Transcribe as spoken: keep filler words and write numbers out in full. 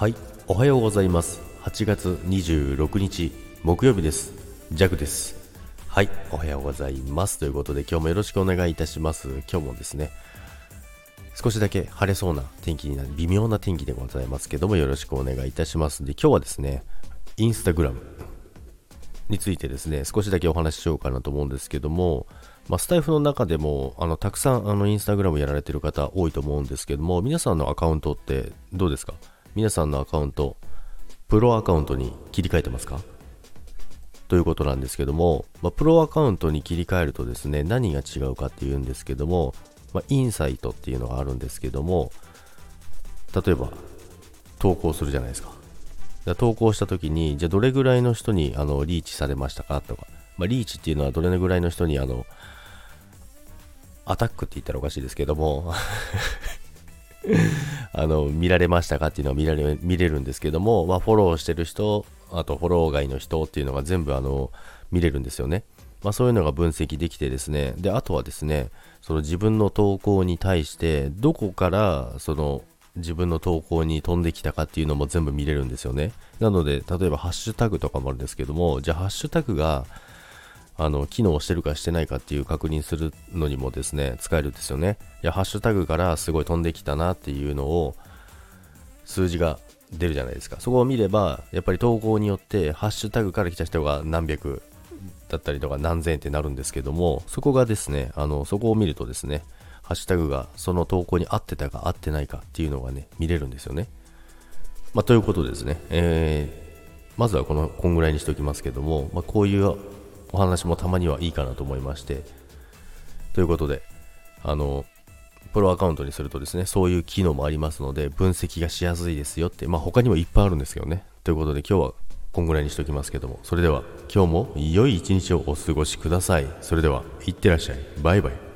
はい、おはようございます。はちがつにじゅうろくにち木曜日です。ジャグです。はい、おはようございますということで、今日もよろしくお願いいたします。今日もですね、少しだけ晴れそうな天気になる、微妙な天気でございますけども、よろしくお願いいたしますで、今日はですね、インスタグラムについてですね、少しだけお話ししようかなと思うんですけども、まあ、スタイフの中でもあのたくさんあのインスタグラムやられてる方多いと思うんですけども、皆さんのアカウントってどうですか？皆さんのアカウント、プロアカウントに切り替えてますかということなんですけども、まあ、プロアカウントに切り替えるとですね、何が違うかっていうんですけども、まあ、インサイトっていうのがあるんですけども、例えば投稿するじゃないですか。だ投稿した時に、じゃあどれぐらいの人にあのリーチされましたかとか、まあ、リーチっていうのはどれぐらいの人にあのアタックって言ったらおかしいですけどもあの見られましたかっていうのを見られ見れるんですけども、まあ、フォローしてる人、あとフォロー外の人っていうのが全部あの見れるんですよね。まあ、そういうのが分析できてですね、であとはですね、その自分の投稿に対してどこからその自分の投稿に飛んできたかっていうのも全部見れるんですよね。なので例えばハッシュタグとかもあるんですけども、じゃあハッシュタグがあの機能してるかしてないかっていう確認するのにもですね、使えるんですよね。いやハッシュタグからすごい飛んできたなっていうのを数字が出るじゃないですか。そこを見ればやっぱり投稿によってハッシュタグから来た人が何百だったりとか何千ってなるんですけども、そこがですね、あのそこを見るとですね、ハッシュタグがその投稿に合ってたか合ってないかっていうのがね、見れるんですよね。まあ、ということでですね、えー、まずはこのこんぐらいにしておきますけども、まあ、こういうお話もたまにはいいかなと思いまして、ということで、あのプロアカウントにするとですね、そういう機能もありますので分析がしやすいですよって、まあ他にもいっぱいあるんですけどね。ということで今日はこんぐらいにしておきますけども、それでは今日も良い一日をお過ごしください。それではいってらっしゃい。バイバイ。